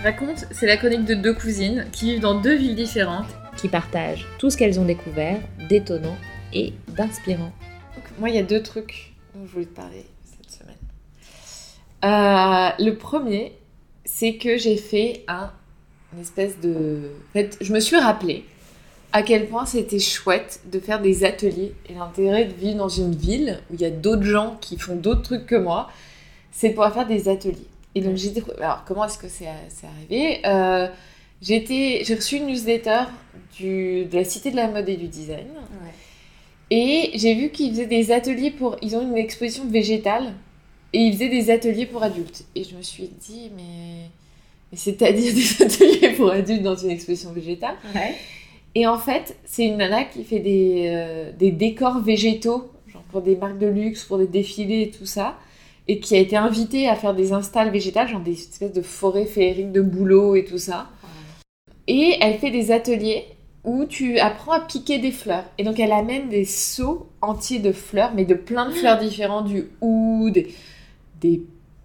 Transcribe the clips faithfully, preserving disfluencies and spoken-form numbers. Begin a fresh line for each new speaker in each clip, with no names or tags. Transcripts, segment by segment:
raconte, c'est la chronique de deux cousines qui vivent dans deux villes différentes.
Qui partagent tout ce qu'elles ont découvert, d'étonnant et d'inspirant.
Donc, moi, il y a deux trucs dont je voulais te parler cette semaine. Euh, le premier, c'est que j'ai fait un, une espèce de... En fait, je me suis rappelé à quel point c'était chouette de faire des ateliers. Et l'intérêt de vivre dans une ville où il y a d'autres gens qui font d'autres trucs que moi, c'est de pouvoir faire des ateliers. Et donc, j'ai... Alors, comment est-ce que c'est, c'est arrivé euh, j'ai, été... j'ai reçu une newsletter du... de la Cité de la mode et du design. Ouais. Et j'ai vu qu'ils faisaient des ateliers pour... Ils ont une exposition végétale. Et ils faisaient des ateliers pour adultes. Et je me suis dit, mais... mais c'est-à-dire des ateliers pour adultes dans une exposition végétale. Ouais. Et en fait, c'est une nana qui fait des, euh, des décors végétaux, genre pour des marques de luxe, pour des défilés et tout ça, et qui a été invitée à faire des installs végétales, genre des espèces de forêts féeriques de bouleaux et tout ça. Ouais. Et elle fait des ateliers où tu apprends à piquer des fleurs. Et donc, elle amène des seaux entiers de fleurs, mais de plein de fleurs différentes, du oud, des... des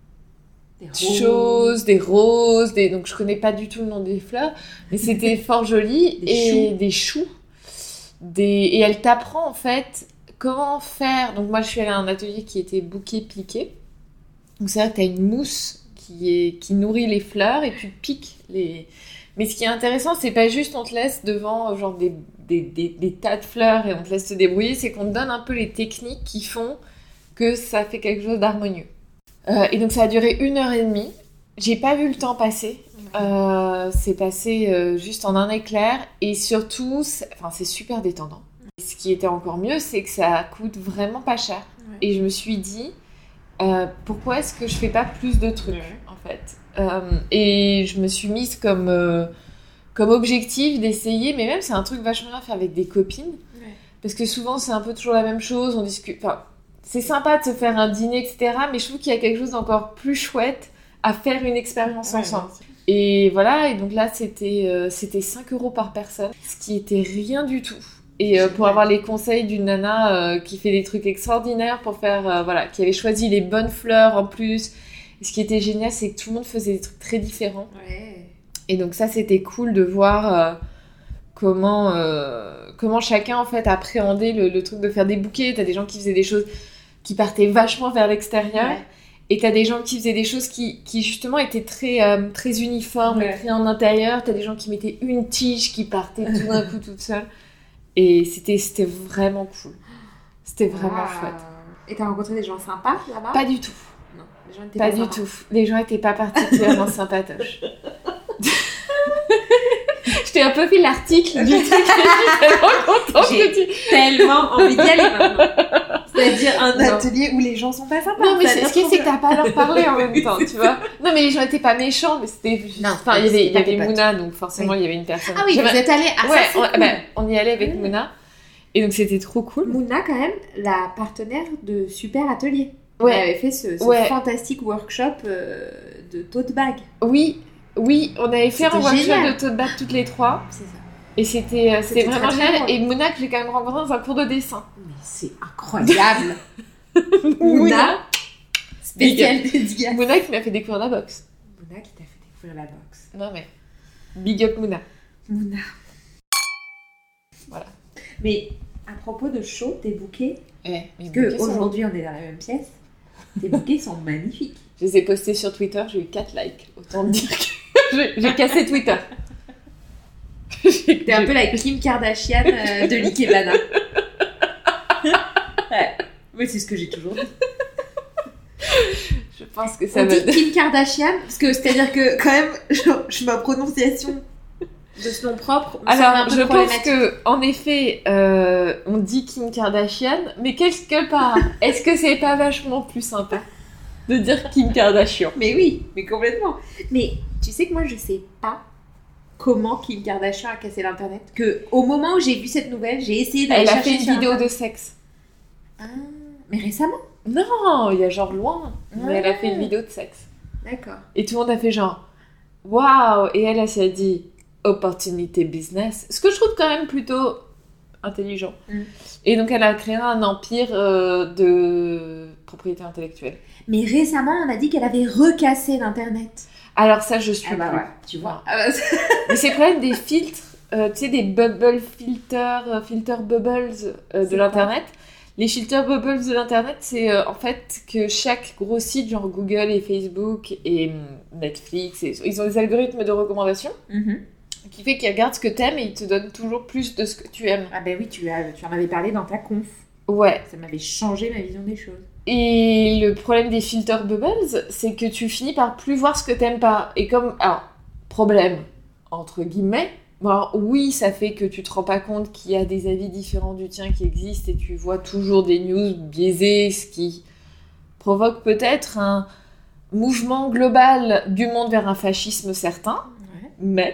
Des choses, des roses, des... donc je connais pas du tout le nom des fleurs, mais c'était fort joli. Des et choux. des choux. Des... Et elle t'apprend en fait comment faire. Donc moi je suis allée à un atelier qui était bouquet-piqué. Donc c'est vrai que tu as une mousse qui, est... qui nourrit les fleurs et tu piques les... Mais ce qui est intéressant, c'est pas juste on te laisse devant genre des, des, des, des tas de fleurs et on te laisse te débrouiller, c'est qu'on te donne un peu les techniques qui font que ça fait quelque chose d'harmonieux. Euh, et donc ça a duré une heure et demie. J'ai pas vu le temps passer. Euh, c'est passé euh, juste en un éclair. Et surtout, c'est, enfin, c'est super détendant. Et ce qui était encore mieux, c'est que ça coûte vraiment pas cher. Ouais. Et je me suis dit, euh, pourquoi est-ce que je fais pas plus de trucs, ouais. en fait euh, Et je me suis mise comme, euh, comme objectif d'essayer, mais même c'est un truc vachement bien à faire avec des copines. Ouais. Parce que souvent, c'est un peu toujours la même chose. On discute... Enfin, c'est sympa de se faire un dîner, et cetera. Mais je trouve qu'il y a quelque chose d'encore plus chouette à faire une expérience ouais, ensemble. Et voilà, et donc là, c'était, euh, c'était cinq euros par personne, ce qui était rien du tout. Et euh, pour avoir les conseils d'une nana euh, qui fait des trucs extraordinaires, pour faire, euh, voilà, qui avait choisi les bonnes fleurs en plus. Et ce qui était génial, c'est que tout le monde faisait des trucs très différents. Ouais. Et donc ça, c'était cool de voir euh, comment, euh, comment chacun, en fait, appréhendait le, le truc de faire des bouquets. T'as des gens qui faisaient des choses qui partaient vachement vers l'extérieur. Ouais. Et t'as des gens qui faisaient des choses qui, qui justement, étaient très, euh, très uniformes, ouais. très en intérieur. T'as des gens qui mettaient une tige qui partait tout d'un coup toute seule. Et c'était, c'était vraiment cool. C'était vraiment wow. chouette.
Et t'as rencontré des gens sympas là-bas ?
Pas du tout.
Non, les gens étaient
pas,
pas
du
sympas.
tout. Les gens étaient pas particulièrement sympatoches. Je t'ai un peu fait l'article du truc. Je suis tellement contente
J'ai
que tu...
tellement envie d'y aller maintenant. C'est-à-dire un non. atelier où les gens sont pas sympas.
Non, mais c'est, ce qui est, c'est que t'as pas à leur parler en même temps, tu vois. Non, mais les gens étaient pas méchants, mais c'était juste...
Non,
enfin, il y avait, il y avait Mouna, donc forcément, oui. il y avait une personne.
Ah oui, J'avais... vous êtes allés à
ouais,
ça, c'est
on,
cool.
bah, on y allait avec mmh. Mouna. Et donc, c'était trop cool.
Mouna, quand même, la partenaire de Super Atelier.
Ouais.
Elle avait fait ce, ce ouais. fantastique workshop euh, de tote bag.
Oui, oui, on avait fait
c'était
un workshop
génial.
de tote bag toutes les trois.
C'est ça.
Et c'était, euh, c'était, c'était vraiment génial. Et Mouna, que j'ai quand même rencontré dans un cours de dessin.
Mais c'est incroyable. Mouna, spécial dédicace.
Mouna qui m'a fait découvrir la boxe.
Mouna qui t'a fait découvrir la boxe.
Non mais, big up Mouna.
Mouna.
Voilà.
Mais à propos de show, tes bouquets,
ouais,
parce qu'aujourd'hui sont... on est dans la même pièce, tes bouquets sont magnifiques.
Je les ai postés sur Twitter, j'ai eu quatre likes. Autant dire que j'ai, j'ai cassé Twitter.
T'es un peu la Kim Kardashian euh, de l'Ikebana. Ouais. Mais c'est ce que j'ai toujours dit.
Je pense que ça
on
me...
dit Kim Kardashian, parce que c'est-à-dire que quand même, je, je, ma prononciation de ce nom propre.
Alors, je pense que en effet, euh, on dit Kim Kardashian, mais quelque part, est-ce que c'est pas vachement plus sympa de dire Kim Kardashian ?
Mais oui, mais complètement. Mais tu sais que moi, je sais pas comment Kim Kardashian a cassé l'internet. Que au moment où j'ai vu cette nouvelle, j'ai essayé d'aller
Elle
chercher.
Elle a fait une vidéo internet. de sexe.
Ah, mais récemment ?
Non, il y a genre loin. Ah. Mais elle a fait une vidéo de sexe.
D'accord.
Et tout le monde a fait genre waouh. Et elle, elle s'est dit opportunité business. Ce que je trouve quand même plutôt intelligent. Mm. Et donc elle a créé un empire euh, de propriété intellectuelle.
Mais récemment, on a dit qu'elle avait recassé l'internet.
Alors ça, je suis
Ah bah
plus.
ouais, tu vois. Ah bah,
Mais c'est le problème des filtres, euh, tu sais, des bubble filters, euh, filter bubbles euh, de
C'est
l'internet. Les filter bubbles de l'internet, c'est euh, en fait que chaque gros site, genre Google et Facebook et hum, Netflix, et, ils ont des algorithmes de recommandation
mhm.
qui fait qu'ils regardent ce que t'aimes et ils te donnent toujours plus de ce que tu aimes.
Ah bah oui, tu, as, tu en avais parlé dans ta conf.
Ouais.
Ça m'avait changé ma vision des choses.
Et le problème des filter bubbles, c'est que tu finis par plus voir ce que t'aimes pas. Et comme... Alors, problème, entre guillemets, bon, alors, oui, ça fait que tu te rends pas compte qu'il y a des avis différents du tien qui existent et tu vois toujours des news biaisées, ce qui provoque peut-être un mouvement global du monde vers un fascisme certain.
Ouais.
Mais,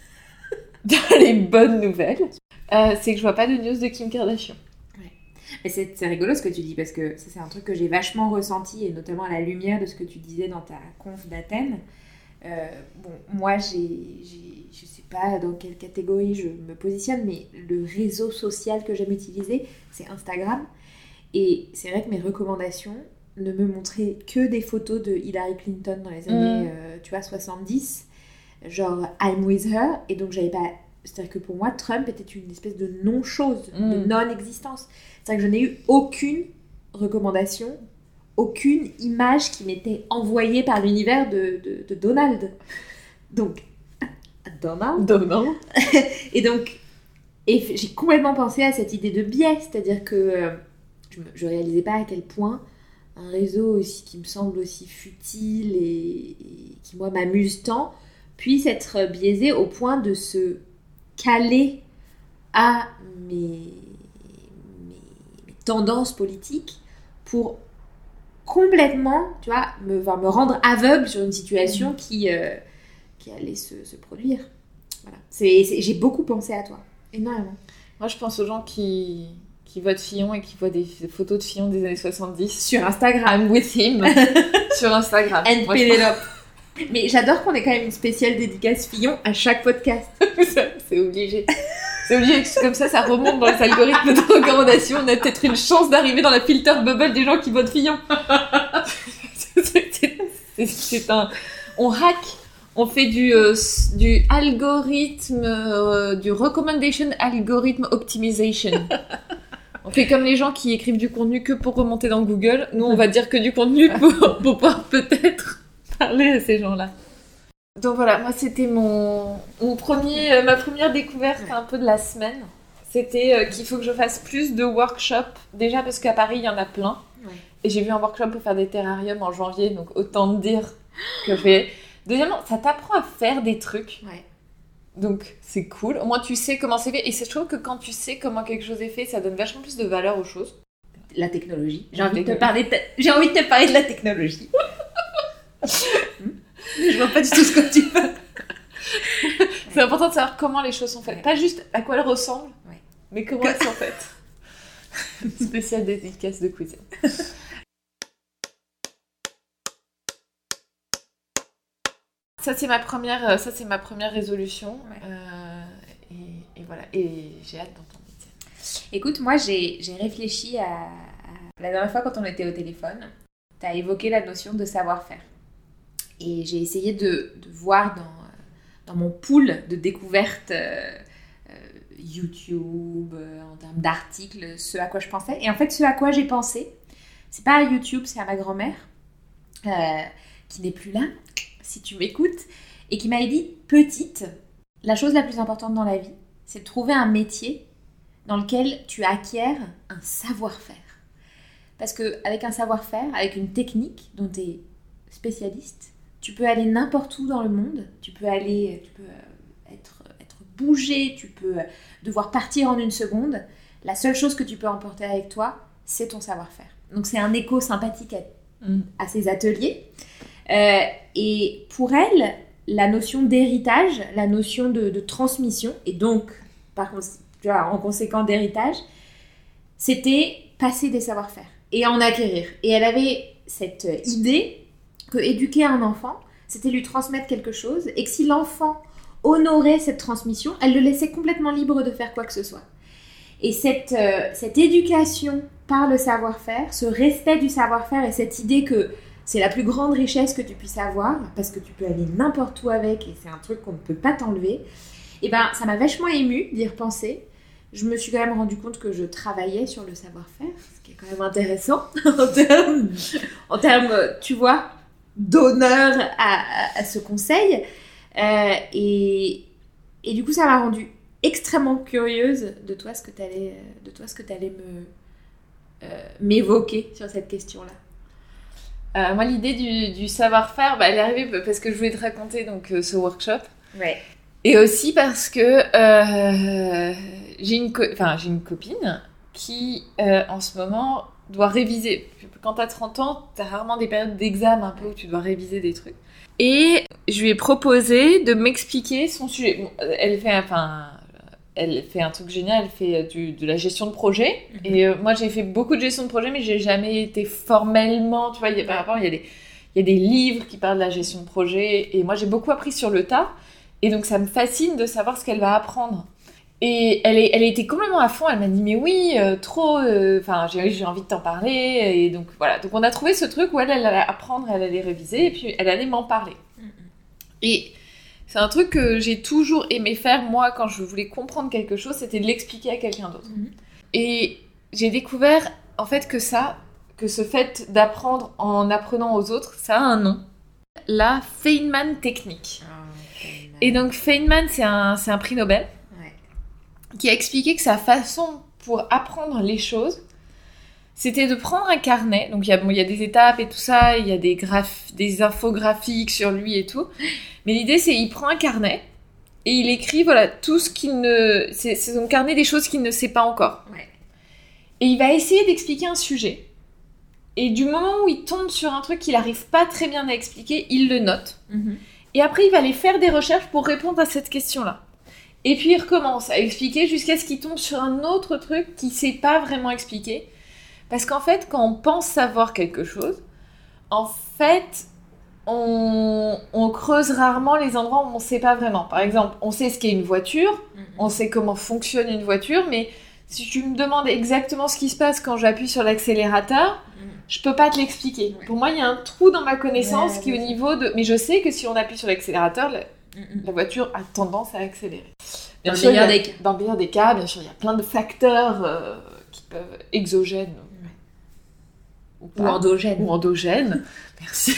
dans les bonnes nouvelles, euh, c'est que je vois pas de news de Kim Kardashian.
Mais c'est, c'est rigolo ce que tu dis, parce que ça, c'est un truc que j'ai vachement ressenti, et notamment à la lumière de ce que tu disais dans ta conf d'Athènes. Euh, bon, moi, j'ai, j'ai, je sais pas dans quelle catégorie je me positionne, mais le réseau social que j'aime utiliser, c'est Instagram. Et c'est vrai que mes recommandations ne me montraient que des photos de Hillary Clinton dans les années,
Mmh.
euh, tu vois, soixante-dix. Genre, I'm with her. Et donc, j'avais pas... C'est-à-dire que pour moi, Trump était une espèce de non-chose,
Mmh.
de non-existence. C'est-à-dire que je n'ai eu aucune recommandation, aucune image qui m'était envoyée par l'univers de, de, de Donald. Donc, Donald.
Donnant.
Et donc, et f- j'ai complètement pensé à cette idée de biais, c'est-à-dire que euh, je, me, je réalisais pas à quel point un réseau aussi, qui me semble aussi futile et, et qui, moi, m'amuse tant, puisse être biaisé au point de se caler à mes, mes, mes tendances politiques pour complètement, tu vois, me, enfin, me rendre aveugle sur une situation qui, euh, qui allait se, se produire. Voilà. C'est, c'est, j'ai beaucoup pensé à toi, énormément.
Moi, je pense aux gens qui, qui votent Fillon et qui voient des photos de Fillon des années soixante-dix.
Sur Instagram.
I'm with him. Sur Instagram.
And
Moi, je
Pénélope. Mais j'adore qu'on ait quand même une spéciale dédicace Fillon à chaque podcast.
pense que c'est obligé. C'est obligé. Comme ça, ça remonte dans les algorithmes de recommandation. On a peut-être une chance d'arriver dans la filter bubble des gens qui votent Fillon. c'est, c'est, c'est, c'est un... On hack. On fait du, euh, du algorithme, euh, du recommendation algorithm optimization. On fait comme les gens qui écrivent du contenu que pour remonter dans Google. Nous, on va dire que du contenu pour, pour pouvoir peut-être parler à ces gens-là. Donc voilà, moi, c'était mon, mon premier, euh, ma première découverte un peu de la semaine. C'était euh, qu'il faut que je fasse plus de workshops. Déjà parce qu'à Paris, il y en a plein.
Ouais.
Et j'ai vu un workshop pour faire des terrariums en janvier. Donc autant te dire que je vais... Deuxièmement, ça t'apprend à faire des trucs.
Ouais.
Donc, c'est cool. Au moins, tu sais comment c'est fait. Et c'est- je trouve que quand tu sais comment quelque chose est fait, ça donne vachement plus de valeur aux choses.
La technologie. J'ai
La
envie, de te
technologie.
parler de ta- J'ai envie de te parler de la technologie. Hmm. Je vois pas du tout ce que tu veux.
C'est important de savoir comment les choses sont faites.
Ouais.
Pas juste à quoi elles ressemblent,
Ouais.
mais comment elles sont faites. Spéciale dédicace de cuisine. Ça, c'est ma première, euh, ça, c'est ma première résolution.
Ouais.
Euh, et, et voilà. Et j'ai hâte d'entendre.
Écoute, moi, j'ai, j'ai réfléchi à, à... La dernière fois, quand on était au téléphone, tu as évoqué la notion de savoir-faire. Et j'ai essayé de, de voir dans, dans mon pool de découvertes euh, euh, YouTube, euh, en termes d'articles, ce à quoi je pensais. Et en fait, ce à quoi j'ai pensé, c'est pas à YouTube, c'est à ma grand-mère, euh, qui n'est plus là, si tu m'écoutes, et qui m'avait dit, petite, la chose la plus importante dans la vie, c'est de trouver un métier dans lequel tu acquiers un savoir-faire. Parce qu'avec un savoir-faire, avec une technique dont tu es spécialiste, tu peux aller n'importe où dans le monde, tu peux aller, tu peux être, être bougé, tu peux devoir partir en une seconde. La seule chose que tu peux emporter avec toi, c'est ton savoir-faire. Donc c'est un écho sympathique à,
Mm.
à ces ateliers. Euh, et pour elle, la notion d'héritage, la notion de, de transmission, et donc, par contre, tu vois, en conséquent d'héritage, c'était passer des savoir-faire et en acquérir. Et elle avait cette idée que éduquer un enfant, c'était lui transmettre quelque chose, et que si l'enfant honorait cette transmission, elle le laissait complètement libre de faire quoi que ce soit. Et cette, euh, cette éducation par le savoir-faire, ce respect du savoir-faire et cette idée que c'est la plus grande richesse que tu puisses avoir parce que tu peux aller n'importe où avec et c'est un truc qu'on ne peut pas t'enlever. Et ben, ça m'a vachement émue d'y repenser. Je me suis quand même rendu compte que je travaillais sur le savoir-faire, ce qui est quand même intéressant en termes, en termes, tu vois, d'honneur à, à, à ce conseil. Euh, et, et du coup, ça m'a rendue extrêmement curieuse de toi ce que tu allais, de toi ce que tu allais me, euh, m'évoquer sur cette question-là.
Euh, moi, l'idée du, du savoir-faire, bah, elle est arrivée parce que je voulais te raconter donc, euh, ce workshop.
Ouais.
Et aussi parce que euh, j'ai, une co- enfin, j'ai une copine qui, euh, en ce moment, doit réviser. Quand t'as trente ans, t'as rarement des périodes d'examen un peu où tu dois réviser des trucs. Et je lui ai proposé de m'expliquer son sujet. Bon, elle fait, enfin, elle fait un truc génial, elle fait du, de la gestion de projet. Mm-hmm. Et euh, moi, j'ai fait beaucoup de gestion de projet, mais j'ai jamais été formellement, tu vois, il y a, par rapport, il y a des, il y a des livres qui parlent de la gestion de projet. Et moi, j'ai beaucoup appris sur le tas. Et donc, ça me fascine de savoir ce qu'elle va apprendre. Et elle, est, elle a été complètement à fond. Elle m'a dit, mais oui, euh, trop, enfin, euh, j'ai, j'ai envie de t'en parler. Et donc, voilà. Donc, on a trouvé ce truc où elle, elle allait apprendre, elle allait réviser, et puis elle allait m'en parler. Mm-hmm. Et c'est un truc que j'ai toujours aimé faire, moi, quand je voulais comprendre quelque chose, c'était de l'expliquer à quelqu'un d'autre. Mm-hmm. Et j'ai découvert, en fait, que ça, que ce fait d'apprendre en apprenant aux autres, ça a un nom. La Feynman technique. Oh. Et donc Feynman, c'est un, c'est un prix Nobel ouais. qui a expliqué que sa façon pour apprendre les choses, c'était de prendre un carnet. Donc il y a, bon, il y a des étapes et tout ça, il y a des, graph- des infographiques sur lui et tout. Mais l'idée, c'est qu'il prend un carnet et il écrit voilà, tout ce qu'il ne... C'est, c'est son carnet des choses qu'il ne sait pas encore. Ouais. Et il va essayer d'expliquer un sujet. Et du moment où il tombe sur un truc qu'il n'arrive pas très bien à expliquer, il le note. Mm-hmm. Et après, il va aller faire des recherches pour répondre à cette question-là. Et puis, il recommence à expliquer jusqu'à ce qu'il tombe sur un autre truc qu'il ne sait pas vraiment expliquer. Parce qu'en fait, quand on pense savoir quelque chose, en fait, on, on creuse rarement les endroits où on ne sait pas vraiment. Par exemple, on sait ce qu'est une voiture, mm-hmm. on sait comment fonctionne une voiture, mais si tu me demandes exactement ce qui se passe quand j'appuie sur l'accélérateur, je peux pas te l'expliquer. Ouais. Pour moi, il y a un trou dans ma connaissance ouais, qui est au niveau de... Mais je sais que si on appuie sur l'accélérateur, la, mm-hmm. la voiture a tendance à accélérer.
Bien dans, sûr, le meilleur des...
dans le meilleur des cas, bien sûr, il y a plein de facteurs euh, qui peuvent exogènes
ouais.
ou,
ou endogènes.
Ou endogènes. Merci.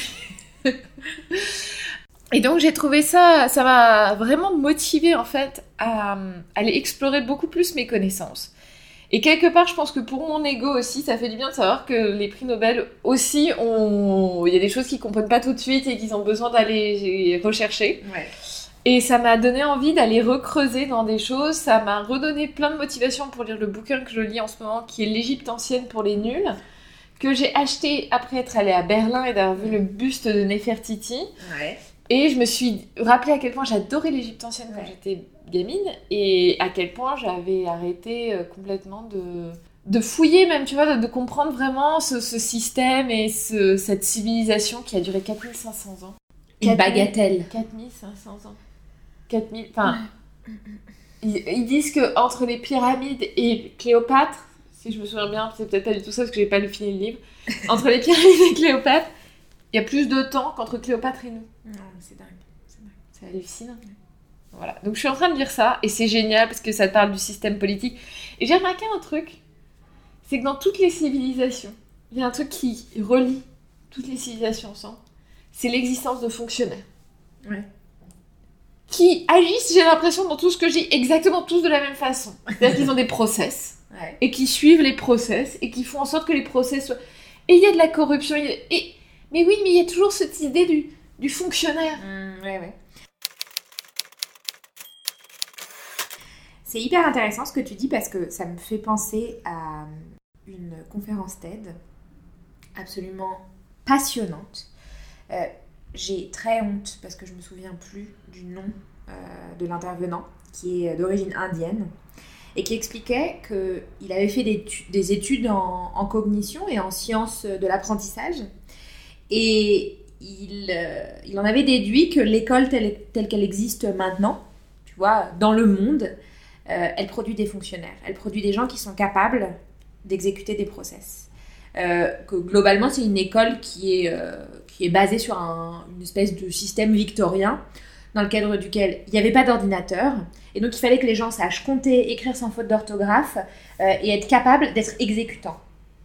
Et donc, j'ai trouvé ça... Ça m'a vraiment motivée, en fait, à, à aller explorer beaucoup plus mes connaissances. Et quelque part, je pense que pour mon ego aussi, ça fait du bien de savoir que les prix Nobel aussi, ont... il y a des choses qu'ils ne comprennent pas tout de suite et qu'ils ont besoin d'aller rechercher. Ouais. Et ça m'a donné envie d'aller recreuser dans des choses. Ça m'a redonné plein de motivation pour lire le bouquin que je lis en ce moment, qui est l'Égypte ancienne pour les nuls, que j'ai acheté après être allée à Berlin et d'avoir vu le buste de Néfertiti. Ouais. Et je me suis rappelé à quel point j'adorais l'Égypte ancienne quand ouais. j'étais gamine et à quel point j'avais arrêté complètement de, de fouiller même, tu vois, de, de comprendre vraiment ce, ce système et ce, cette civilisation qui a duré quatre mille cinq cents ans.
Une bagatelle.
quatre mille cinq cents ans. quatre mille, enfin, ouais. ils, ils disent qu'entre les pyramides et Cléopâtre, si je me souviens bien, c'est peut-être pas du tout ça parce que j'ai pas lu fini le livre, entre les pyramides et Cléopâtre, il y a plus de temps qu'entre Cléopâtre et nous.
Non, c'est dingue. C'est dingue.
C'est hallucinant. Voilà. Donc je suis en train de lire ça et c'est génial parce que ça parle du système politique. Et j'ai remarqué un truc, c'est que dans toutes les civilisations, il y a un truc qui relie toutes les civilisations ensemble, c'est l'existence de fonctionnaires.
Ouais.
Qui agissent, j'ai l'impression, dans tout ce que je dis, exactement tous de la même façon. C'est-à-dire qu'ils ont des process ouais. et qui suivent les process et qui font en sorte que les process soient... Et il y a de la corruption. Il y a... et... Mais oui, mais il y a toujours cette idée du, du fonctionnaire.
Mmh, ouais, ouais. C'est hyper intéressant ce que tu dis parce que ça me fait penser à une conférence TED absolument passionnante. Euh, j'ai très honte parce que je me souviens plus du nom euh, de l'intervenant qui est d'origine indienne et qui expliquait qu'il avait fait des, des études en, en cognition et en sciences de l'apprentissage et il, euh, il en avait déduit que l'école telle, telle qu'elle existe maintenant, tu vois, dans le monde, Euh, elle produit des fonctionnaires, elle produit des gens qui sont capables d'exécuter des process. euh, que globalement c'est une école qui est, euh, qui est basée sur un, une espèce de système victorien dans le cadre duquel il n'y avait pas d'ordinateur et donc il fallait que les gens sachent compter, écrire sans faute d'orthographe euh, et être capables d'être exécutants.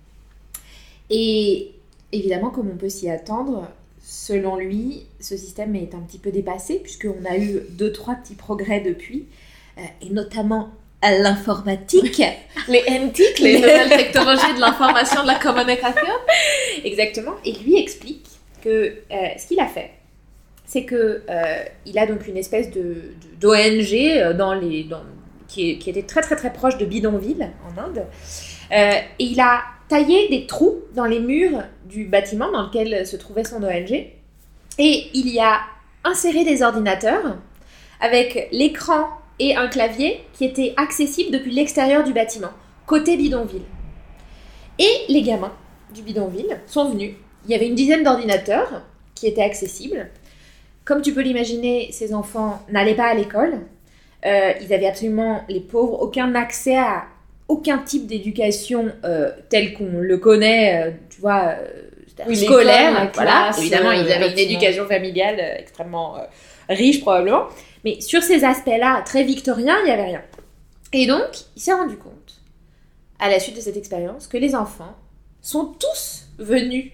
Et évidemment, comme on peut s'y attendre, selon lui, ce système est un petit peu dépassé puisqu'on a eu deux, trois petits progrès depuis, euh, et notamment à l'informatique.
Les N T I C, les nouvelles technologies de l'information, de la communication.
Exactement. Et lui explique que euh, ce qu'il a fait, c'est que euh, il a donc une espèce de, de d'O N G dans les, dans, qui, est, qui était très très très proche de bidonville en Inde, euh, et il a taillé des trous dans les murs du bâtiment dans lequel se trouvait son O N G, et il y a inséré des ordinateurs avec l'écran et un clavier qui étaient accessibles depuis l'extérieur du bâtiment, côté bidonville. Et les gamins du bidonville sont venus. Il y avait une dizaine d'ordinateurs qui étaient accessibles. Comme tu peux l'imaginer, ces enfants n'allaient pas à l'école. Euh, ils avaient absolument, les pauvres, aucun accès à aucun type d'éducation euh, tel qu'on le connaît, euh, tu vois, euh,
oui,
scolaire.
La
voilà.
classe,
Évidemment, ils avaient une
bâtiment.
éducation familiale euh, extrêmement euh, riche probablement. Mais sur ces aspects-là, très victoriens, il n'y avait rien. Et donc, il s'est rendu compte, à la suite de cette expérience, que les enfants sont tous venus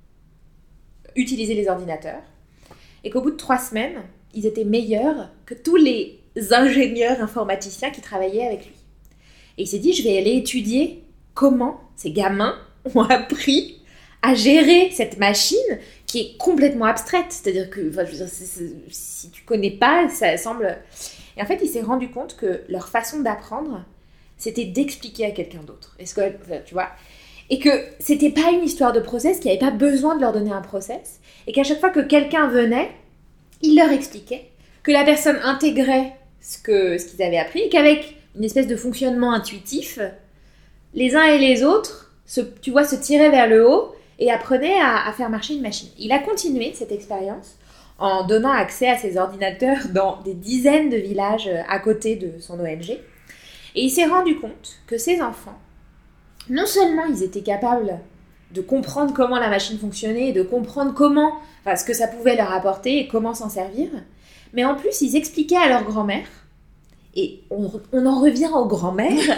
utiliser les ordinateurs et qu'au bout de trois semaines, ils étaient meilleurs que tous les ingénieurs informaticiens qui travaillaient avec lui. Et il s'est dit, je vais aller étudier comment ces gamins ont appris à gérer cette machine qui est complètement abstraite. C'est-à-dire que, enfin, je veux dire, c'est, c'est, si tu connais pas, ça semble... Et en fait, il s'est rendu compte que leur façon d'apprendre, c'était d'expliquer à quelqu'un d'autre. Est-ce que, enfin, tu vois, et que c'était pas une histoire de process, qu'il n'y avait pas besoin de leur donner un process, et qu'à chaque fois que quelqu'un venait, il leur expliquait, que la personne intégrait ce, que, ce qu'ils avaient appris, et qu'avec une espèce de fonctionnement intuitif, les uns et les autres, se, tu vois, se tiraient vers le haut et apprenaient à, à faire marcher une machine. Il a continué cette expérience en donnant accès à ses ordinateurs dans des dizaines de villages à côté de son O N G. Et il s'est rendu compte que ces enfants, non seulement ils étaient capables de comprendre comment la machine fonctionnait et de comprendre comment, enfin, ce que ça pouvait leur apporter et comment s'en servir, mais en plus ils expliquaient à leur grand-mère, et on, on en revient aux grand-mères,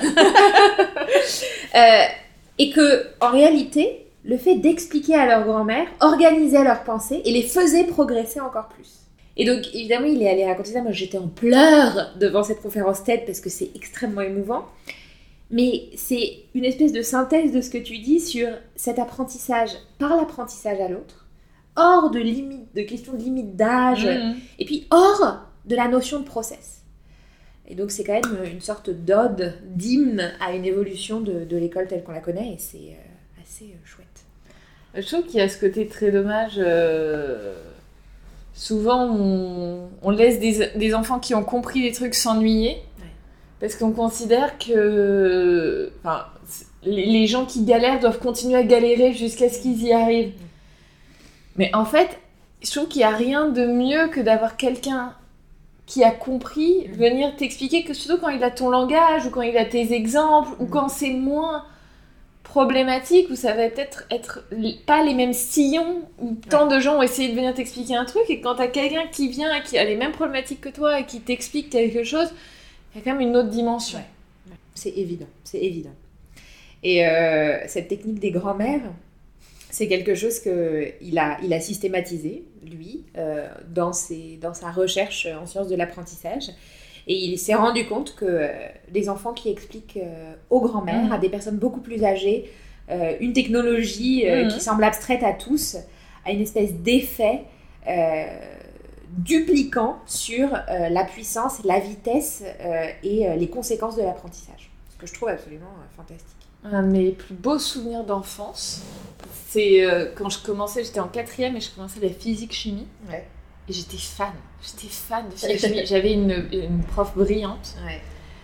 euh, et que en réalité, le fait d'expliquer à leur grand-mère organisait leurs pensées et les faisait progresser encore plus. Et donc, évidemment, il est allé raconter ça. Moi, j'étais en pleurs devant cette conférence TED parce que c'est extrêmement émouvant. Mais c'est une espèce de synthèse de ce que tu dis sur cet apprentissage par l'apprentissage à l'autre, hors de limite, de questions de limite d'âge, mmh. et puis hors de la notion de process. Et donc, c'est quand même une sorte d'ode, d'hymne à une évolution de, de l'école telle qu'on la connaît, et c'est euh, assez euh, chouette.
Je trouve qu'il y a ce côté très dommage. Euh... Souvent, on, on laisse des, des enfants qui ont compris les trucs s'ennuyer. Ouais. Parce qu'on considère que enfin, les, les gens qui galèrent doivent continuer à galérer jusqu'à ce qu'ils y arrivent. Mais en fait, je trouve qu'il n'y a rien de mieux que d'avoir quelqu'un qui a compris venir t'expliquer, que surtout quand il a ton langage, ou quand il a tes exemples, ou quand c'est moins problématique, où ça va peut-être être pas les mêmes sillons, où tant ouais. de gens ont essayé de venir t'expliquer un truc, et quand t'as quelqu'un qui vient et qui a les mêmes problématiques que toi et qui t'explique quelque chose, il y a quand même une autre dimension.
Ouais. C'est évident, c'est évident. Et euh, cette technique des grands-mères, c'est quelque chose qu'il a, il a systématisé, lui, euh, dans, ses, dans sa recherche en sciences de l'apprentissage. Et il s'est rendu compte que euh, les enfants qui expliquent euh, aux grands-mères, mmh. à des personnes beaucoup plus âgées, euh, une technologie euh, mmh. qui semble abstraite à tous, a une espèce d'effet euh, dupliquant sur euh, la puissance, la vitesse euh, et euh, les conséquences de l'apprentissage. Ce que je trouve absolument euh, fantastique.
Un de mes plus beaux souvenirs d'enfance, c'est euh, quand je commençais, j'étais en quatrième et je commençais la physique-chimie. Ouais. Et j'étais fan, j'étais fan de physique-chimie. J'avais une, une prof brillante, ouais.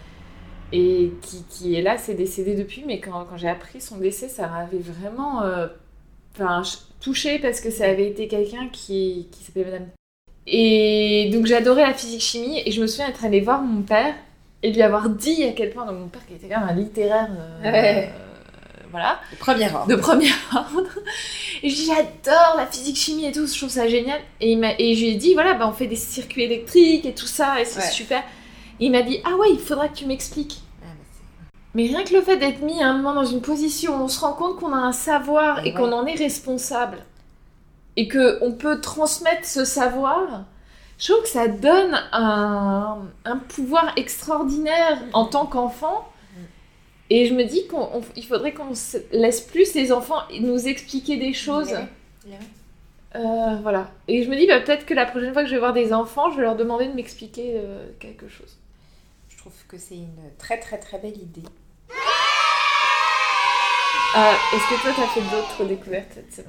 et qui, qui est là, s'est décédée depuis, mais quand, quand j'ai appris son décès, ça m'avait vraiment euh, touchée, parce que ça avait été quelqu'un qui, qui s'appelait Madame. Et donc j'adorais la physique-chimie, et je me souviens être allée voir mon père, et lui avoir dit à quel point, donc mon père qui était quand même un littéraire, euh, ouais. euh, voilà.
De premier ordre.
De premier ordre. Et je dis, j'adore la physique chimie et tout, je trouve ça génial. Et, il m'a, et je lui ai dit, voilà, bah, on fait des circuits électriques et tout ça, et c'est ouais. super. Et il m'a dit, ah ouais, il faudra que tu m'expliques. Ah, bah c'est... Mais rien que le fait d'être mis à un moment dans une position où on se rend compte qu'on a un savoir et, et ouais. qu'on en est responsable, et qu'on peut transmettre ce savoir, je trouve que ça donne un, un pouvoir extraordinaire mmh. en tant qu'enfant. Et je me dis qu'il faudrait qu'on laisse plus les enfants nous expliquer des choses. Yeah. Yeah. Euh, voilà. Et je me dis, bah, peut-être que la prochaine fois que je vais voir des enfants, je vais leur demander de m'expliquer euh, quelque chose.
Je trouve que c'est une très très très belle idée.
Euh, est-ce que toi, tu as fait d'autres découvertes cette semaine ?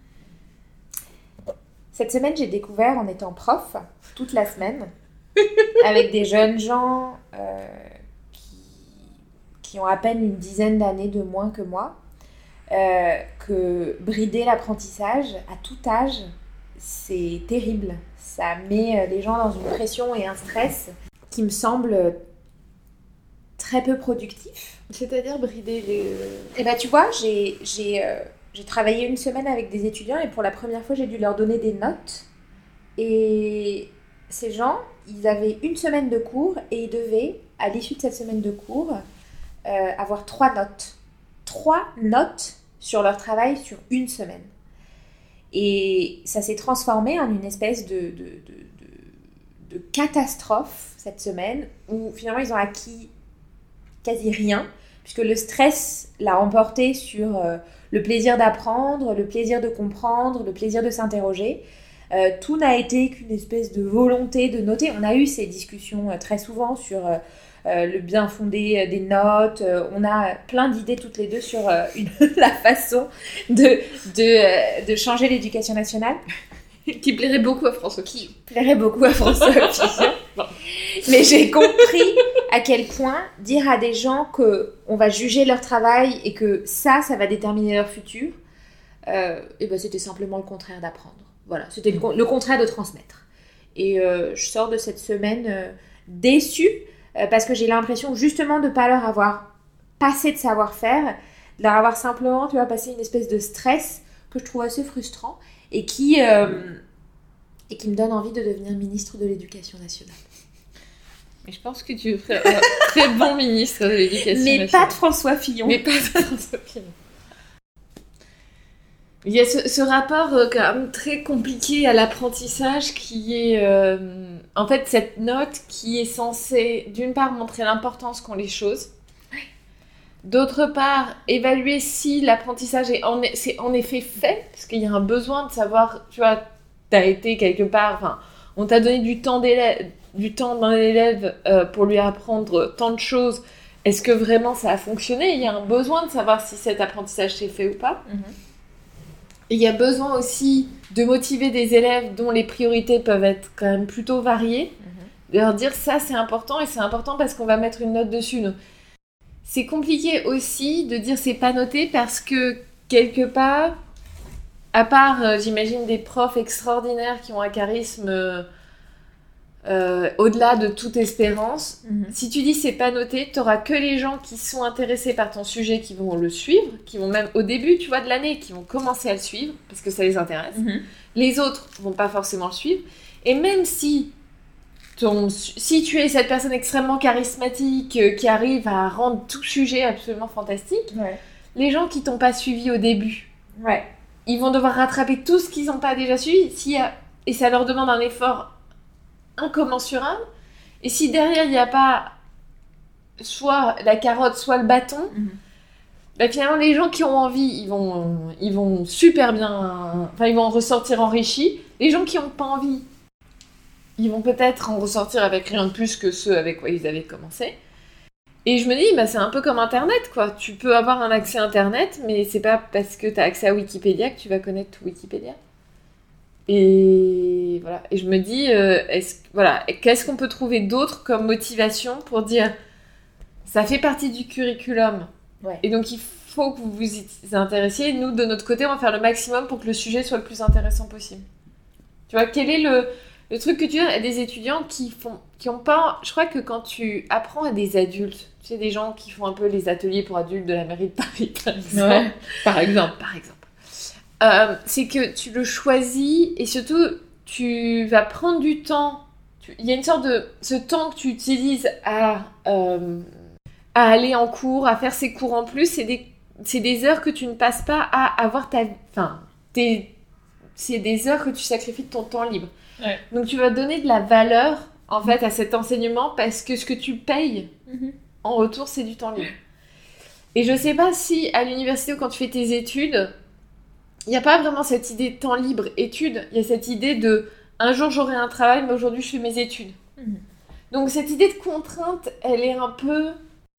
Cette semaine, j'ai découvert en étant prof, toute la semaine, avec des jeunes gens... Euh, qui ont à peine une dizaine d'années de moins que moi, euh, que brider l'apprentissage à tout âge, c'est terrible. Ça met les gens dans une pression et un stress qui me semble très peu productif.
C'est-à-dire brider les...
Eh ben, tu vois, j'ai, j'ai, euh, j'ai travaillé une semaine avec des étudiants et pour la première fois, j'ai dû leur donner des notes. Et ces gens, ils avaient une semaine de cours et ils devaient, à l'issue de cette semaine de cours, Euh, avoir trois notes. Trois notes sur leur travail sur une semaine. Et ça s'est transformé en une espèce de, de, de, de, de catastrophe cette semaine où finalement ils ont acquis quasi rien puisque le stress l'a emporté sur euh, le plaisir d'apprendre, le plaisir de comprendre, le plaisir de s'interroger. Euh, tout n'a été qu'une espèce de volonté de noter. On a eu ces discussions euh, très souvent sur... Euh, Euh, le bien fondé euh, des notes. Euh, on a plein d'idées toutes les deux sur euh, une, la façon de, de, euh, de changer l'éducation nationale.
Qui plairait beaucoup à François Fillon.
Qui plairait beaucoup à François Fillon. Mais j'ai compris à quel point dire à des gens qu'on va juger leur travail et que ça, ça va déterminer leur futur, euh, et ben c'était simplement le contraire d'apprendre. Voilà, c'était le, le contraire de transmettre. Et euh, je sors de cette semaine euh, déçue parce que j'ai l'impression justement de ne pas leur avoir passé de savoir-faire, de leur avoir simplement, tu vois, passé une espèce de stress que je trouve assez frustrant et qui, euh, et qui me donne envie de devenir ministre de l'Éducation nationale.
Mais je pense que tu ferais un très bon ministre de l'Éducation
Mais
nationale.
Mais pas de François Fillon.
Mais pas de François Fillon. Il y a ce, ce rapport euh, quand même très compliqué à l'apprentissage qui est, euh, en fait, cette note qui est censée, d'une part, montrer l'importance qu'ont les choses, d'autre part, évaluer si l'apprentissage est en, c'est en effet fait, parce qu'il y a un besoin de savoir, tu vois, t'as été quelque part, enfin, on t'a donné du temps, d'élève, du temps d'un élève euh, pour lui apprendre tant de choses, est-ce que vraiment ça a fonctionné ? Il y a un besoin de savoir si cet apprentissage s'est fait ou pas. Mm-hmm. Il y a besoin aussi de motiver des élèves dont les priorités peuvent être quand même plutôt variées, mmh. de leur dire ça c'est important et c'est important parce qu'on va mettre une note dessus. Donc, c'est compliqué aussi de dire c'est pas noté parce que quelque part, à part euh, j'imagine des profs extraordinaires qui ont un charisme euh, euh, au-delà de toute espérance, mmh. si tu dis c'est pas noté, t'auras que les gens qui sont intéressés par ton sujet qui vont le suivre, qui vont même au début tu vois de l'année, qui vont commencer à le suivre parce que ça les intéresse. Mmh. Les autres vont pas forcément le suivre. Et même si ton, si tu es cette personne extrêmement charismatique euh, qui arrive à rendre tout sujet absolument fantastique, ouais. les gens qui t'ont pas suivi au début, ouais. ils vont devoir rattraper tout ce qu'ils n'ont pas déjà suivi, s'il y a, et ça leur demande un effort incommensurable. Et si derrière il n'y a pas soit la carotte, soit le bâton, mmh. bah finalement les gens qui ont envie, ils vont, ils vont super bien, enfin ils vont en ressortir enrichis. Les gens qui n'ont pas envie, ils vont peut-être en ressortir avec rien de plus que ceux avec quoi ils avaient commencé. Et je me dis, bah c'est un peu comme Internet, quoi. Tu peux avoir un accès à Internet, mais c'est pas parce que tu as accès à Wikipédia que tu vas connaître tout Wikipédia. Et voilà. Et je me dis, euh, est-ce, voilà, qu'est-ce qu'on peut trouver d'autre comme motivation pour dire, ça fait partie du curriculum. Ouais. Et donc il faut que vous vous y intéressiez. Nous, de notre côté, on va faire le maximum pour que le sujet soit le plus intéressant possible. Tu vois, quel est le, le truc que tu dis à des étudiants qui font, qui ont pas... Je crois que quand tu apprends à des adultes, Tu sais, des gens qui font un peu les ateliers pour adultes de la mairie de Paris, par exemple.
Ouais, par exemple.
Par exemple. Euh, c'est que tu le choisis et surtout, tu vas prendre du temps. Tu... Il y a une sorte de... Ce temps que tu utilises à, euh, à aller en cours, à faire ces cours en plus, c'est des, c'est des heures que tu ne passes pas à avoir ta... Enfin, tes... c'est des heures que tu sacrifies de ton temps libre.
Ouais.
Donc, tu vas donner de la valeur, en fait, à cet enseignement parce que ce que tu payes
Mm-hmm.
en retour, c'est du temps libre. Et je sais pas si, à l'université ou quand tu fais tes études... Il n'y a pas vraiment cette idée de temps libre, études. Il y a cette idée de un jour j'aurai un travail, mais aujourd'hui je fais mes études.
Mmh.
Donc cette idée de contrainte, elle est un peu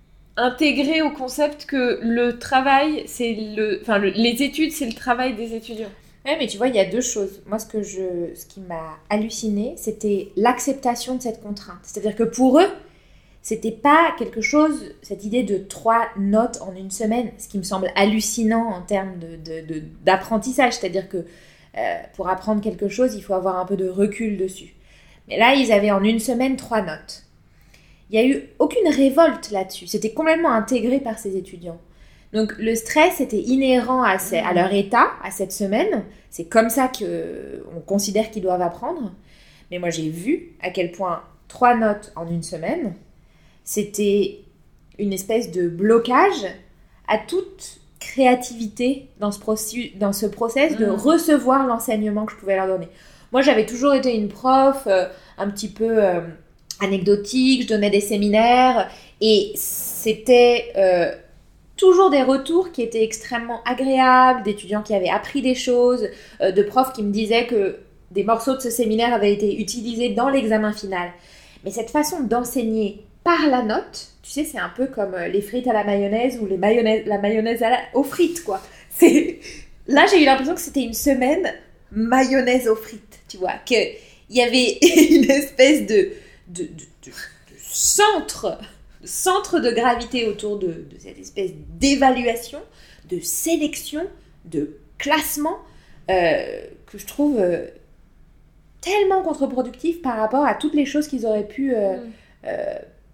intégrée au concept que le travail, c'est le, enfin le, les études, c'est le travail des étudiants.
Ouais, mais tu vois, il y a deux choses. Moi, ce que je, ce qui m'a halluciné, c'était l'acceptation de cette contrainte. C'est-à-dire que pour eux, c'était pas quelque chose, cette idée de trois notes en une semaine, ce qui me semble hallucinant en termes de, de, de, d'apprentissage. C'est-à-dire que euh, pour apprendre quelque chose, il faut avoir un peu de recul dessus. Mais là, ils avaient en une semaine trois notes. Il n'y a eu aucune révolte là-dessus. C'était complètement intégré par ces étudiants. Donc le stress était inhérent à, ces, à leur état, à cette semaine. C'est comme ça qu'on considère qu'ils doivent apprendre. Mais moi, j'ai vu à quel point trois notes en une semaine... C'était une espèce de blocage à toute créativité dans ce, processus, dans ce process de recevoir l'enseignement que je pouvais leur donner. Moi, j'avais toujours été une prof euh, un petit peu euh, anecdotique, je donnais des séminaires et c'était euh, toujours des retours qui étaient extrêmement agréables, d'étudiants qui avaient appris des choses, euh, de profs qui me disaient que des morceaux de ce séminaire avaient été utilisés dans l'examen final. Mais cette façon d'enseigner par la note, tu sais, c'est un peu comme les frites à la mayonnaise ou les mayonnaise, la mayonnaise à la, aux frites, quoi. C'est... Là, j'ai eu l'impression que c'était une semaine mayonnaise aux frites, tu vois, qu'il y avait une espèce de, de, de, de, de centre, de centre de gravité autour de, de cette espèce d'évaluation, de sélection, de classement, euh, que je trouve euh, tellement contre-productif par rapport à toutes les choses qu'ils auraient pu... Euh, mm. euh,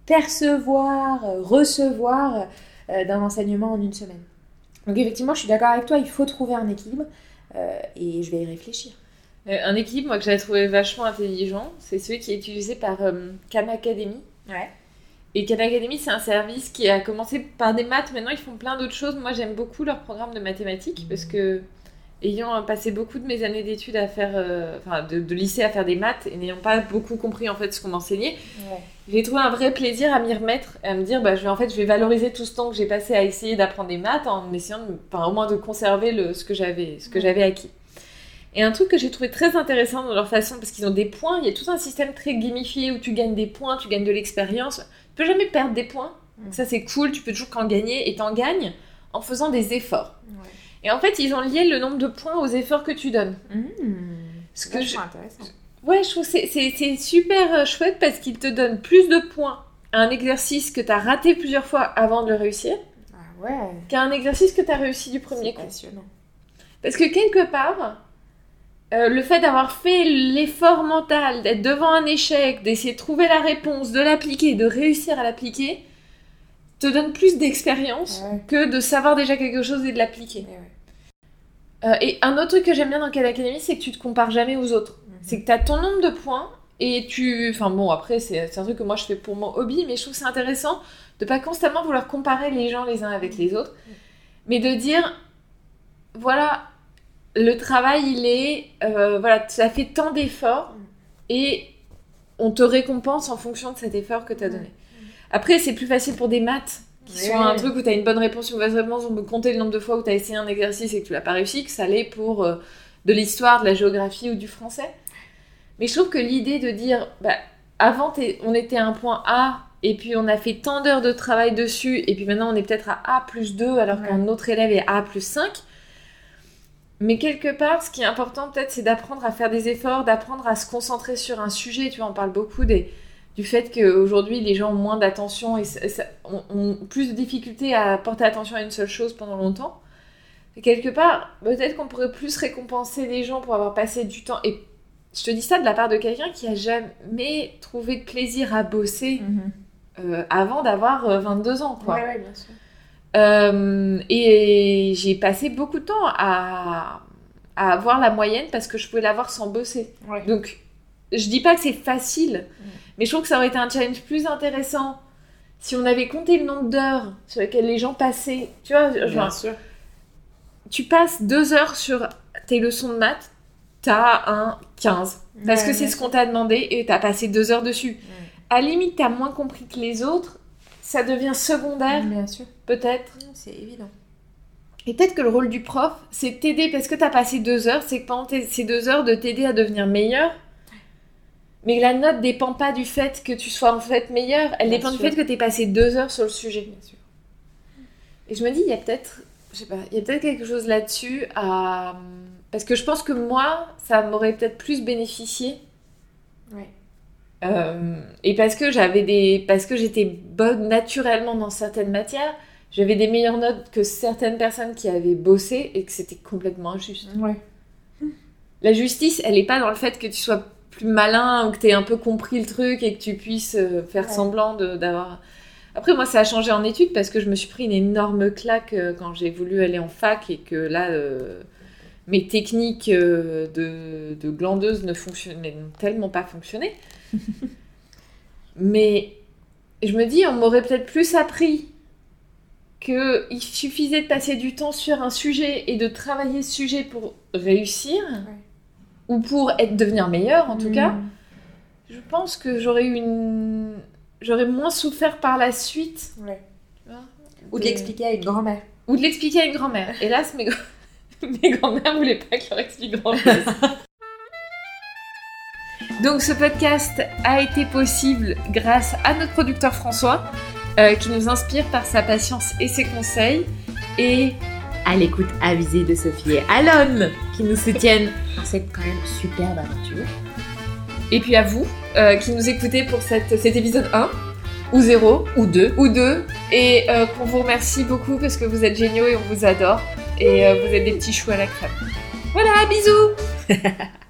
percevoir, euh, recevoir euh, d'un enseignement en une semaine. Donc effectivement, je suis d'accord avec toi, il faut trouver un équilibre euh, et je vais y réfléchir.
Euh, un équilibre, moi, que j'avais trouvé vachement intelligent, c'est celui qui est utilisé par euh, Khan Academy.
Ouais.
Et Khan Academy, c'est un service qui a commencé par des maths, maintenant ils font plein d'autres choses. Moi, j'aime beaucoup leur programme de mathématiques mmh. parce que, ayant passé beaucoup de mes années d'études à faire, euh, enfin de, de lycée à faire des maths et n'ayant pas beaucoup compris en fait ce qu'on m'enseignait, ouais. j'ai trouvé un vrai plaisir à m'y remettre, à me dire bah je vais en fait je vais valoriser tout ce temps que j'ai passé à essayer d'apprendre des maths en essayant de, enfin, au moins de conserver le, ce que j'avais, ce que ouais. j'avais acquis. Et un truc que j'ai trouvé très intéressant dans leur façon, parce qu'ils ont des points, il y a tout un système très gamifié où tu gagnes des points, tu gagnes de l'expérience. Tu peux jamais perdre des points, donc ça c'est cool, tu peux toujours qu'en gagner et t'en gagnes en faisant des efforts. Ouais. Et en fait, ils ont lié le nombre de points aux efforts que tu donnes.
Mmh,
Ce que je...
intéressant.
Ouais, je trouve que c'est, c'est, c'est super chouette parce qu'ils te donnent plus de points à un exercice que tu as raté plusieurs fois avant de le réussir
ah ouais.
qu'à un exercice que tu as réussi du premier
c'est
coup.
Passionnant.
Parce que quelque part, euh, le fait d'avoir fait l'effort mental, d'être devant un échec, d'essayer de trouver la réponse, de l'appliquer, de réussir à l'appliquer, te donne plus d'expérience ouais. que de savoir déjà quelque chose et de l'appliquer. Ouais, ouais. Euh, et un autre truc que j'aime bien dans Khan Academy, c'est que tu te compares jamais aux autres. Mm-hmm. C'est que tu as ton nombre de points et tu... Enfin bon, après, c'est, c'est un truc que moi je fais pour mon hobby, mais je trouve que c'est intéressant de pas constamment vouloir comparer les gens les uns avec les autres, mm-hmm. mais de dire, voilà, le travail, il est... Euh, voilà, tu as fait tant d'efforts mm-hmm. et on te récompense en fonction de cet effort que tu as donné. Mm-hmm. Après, c'est plus facile pour des maths, qui oui. sont un truc où tu as une bonne réponse, une mauvaise réponse, on peut compter le nombre de fois où tu as essayé un exercice et que tu l'as pas réussi, que ça l'est pour euh, de l'histoire, de la géographie ou du français. Mais je trouve que l'idée de dire, bah, avant on était à un point A, et puis on a fait tant d'heures de travail dessus, et puis maintenant on est peut-être à A plus deux, alors ouais. qu'un autre élève est à A plus cinq. Mais quelque part, ce qui est important peut-être, c'est d'apprendre à faire des efforts, d'apprendre à se concentrer sur un sujet. Tu vois, on parle beaucoup des... du fait qu'aujourd'hui, les gens ont moins d'attention et ça, ça, ont, ont plus de difficultés à porter attention à une seule chose pendant longtemps. Et quelque part, peut-être qu'on pourrait plus récompenser les gens pour avoir passé du temps. Et je te dis ça de la part de quelqu'un qui a jamais trouvé de plaisir à bosser. Mm-hmm. euh, avant d'avoir euh, vingt-deux ans, quoi.
Ouais, ouais, bien sûr.
Euh, et j'ai passé beaucoup de temps à, à avoir la moyenne parce que je pouvais l'avoir sans bosser.
Ouais.
Donc, je dis pas que c'est facile,
Mm.
mais je trouve que ça aurait été un challenge plus intéressant si on avait compté le nombre d'heures sur lesquelles les gens passaient. Tu vois,
Bien
genre,
sûr.
tu passes deux heures sur tes leçons de maths, t'as un quinze. Parce
Ouais,
que c'est
bien
ce qu'on t'a demandé et t'as passé deux heures dessus.
Mm.
À la limite, t'as moins compris que les autres, ça devient secondaire,
Bien sûr.
peut-être.
C'est évident.
Et peut-être que le rôle du prof, c'est de t'aider parce que t'as passé deux heures, c'est que pendant tes- ces deux heures, de t'aider à devenir meilleur. Mais la note dépend pas du fait que tu sois en fait meilleur, elle
Bien
dépend
sûr.
du fait que t'aies passé deux heures sur le sujet.
Bien sûr.
Et je me dis, il y a peut-être, je sais pas, il y a peut-être quelque chose là-dessus à... Parce que je pense que moi, ça m'aurait peut-être plus bénéficié.
Ouais.
Euh, et parce que j'avais des... Parce que j'étais bonne naturellement dans certaines matières, j'avais des meilleures notes que certaines personnes qui avaient bossé et que c'était complètement injuste.
Ouais.
La justice, elle est pas dans le fait que tu sois plus malin ou que tu aies un peu compris le truc et que tu puisses euh, faire
Ouais.
semblant de, d'avoir... Après, moi, ça a changé en études parce que je me suis pris une énorme claque euh, quand j'ai voulu aller en fac et que là, euh, mes techniques euh, de, de glandeuse ne fonctionnaient, n'ont tellement pas fonctionné. Mais je me dis, on m'aurait peut-être plus appris qu'il suffisait de passer du temps sur un sujet et de travailler ce sujet pour réussir, ou pour être, devenir meilleur en tout
Mm.
cas. Je pense que j'aurais eu une... J'aurais moins souffert par la suite.
Ouais.
Tu vois,
Ou de
de-
l'expliquer à une grand-mère.
Ou de l'expliquer à une grand-mère. Hélas, mes, gr- mes grand-mères voulaient pas que je leur explique grand-chose. Donc ce podcast a été possible grâce à notre producteur François, euh, qui nous inspire par sa patience et ses conseils, et
À l'écoute avisée de Sophie et Alon, qui nous soutiennent dans cette quand même superbe aventure.
Et puis à vous, euh, qui nous écoutez pour cette, cet épisode un, ou zéro,
Ou deux.
ou deux, et euh, qu'on vous remercie beaucoup parce que vous êtes géniaux et on vous adore, et euh, vous êtes des petits choux à la crème. Voilà, bisous.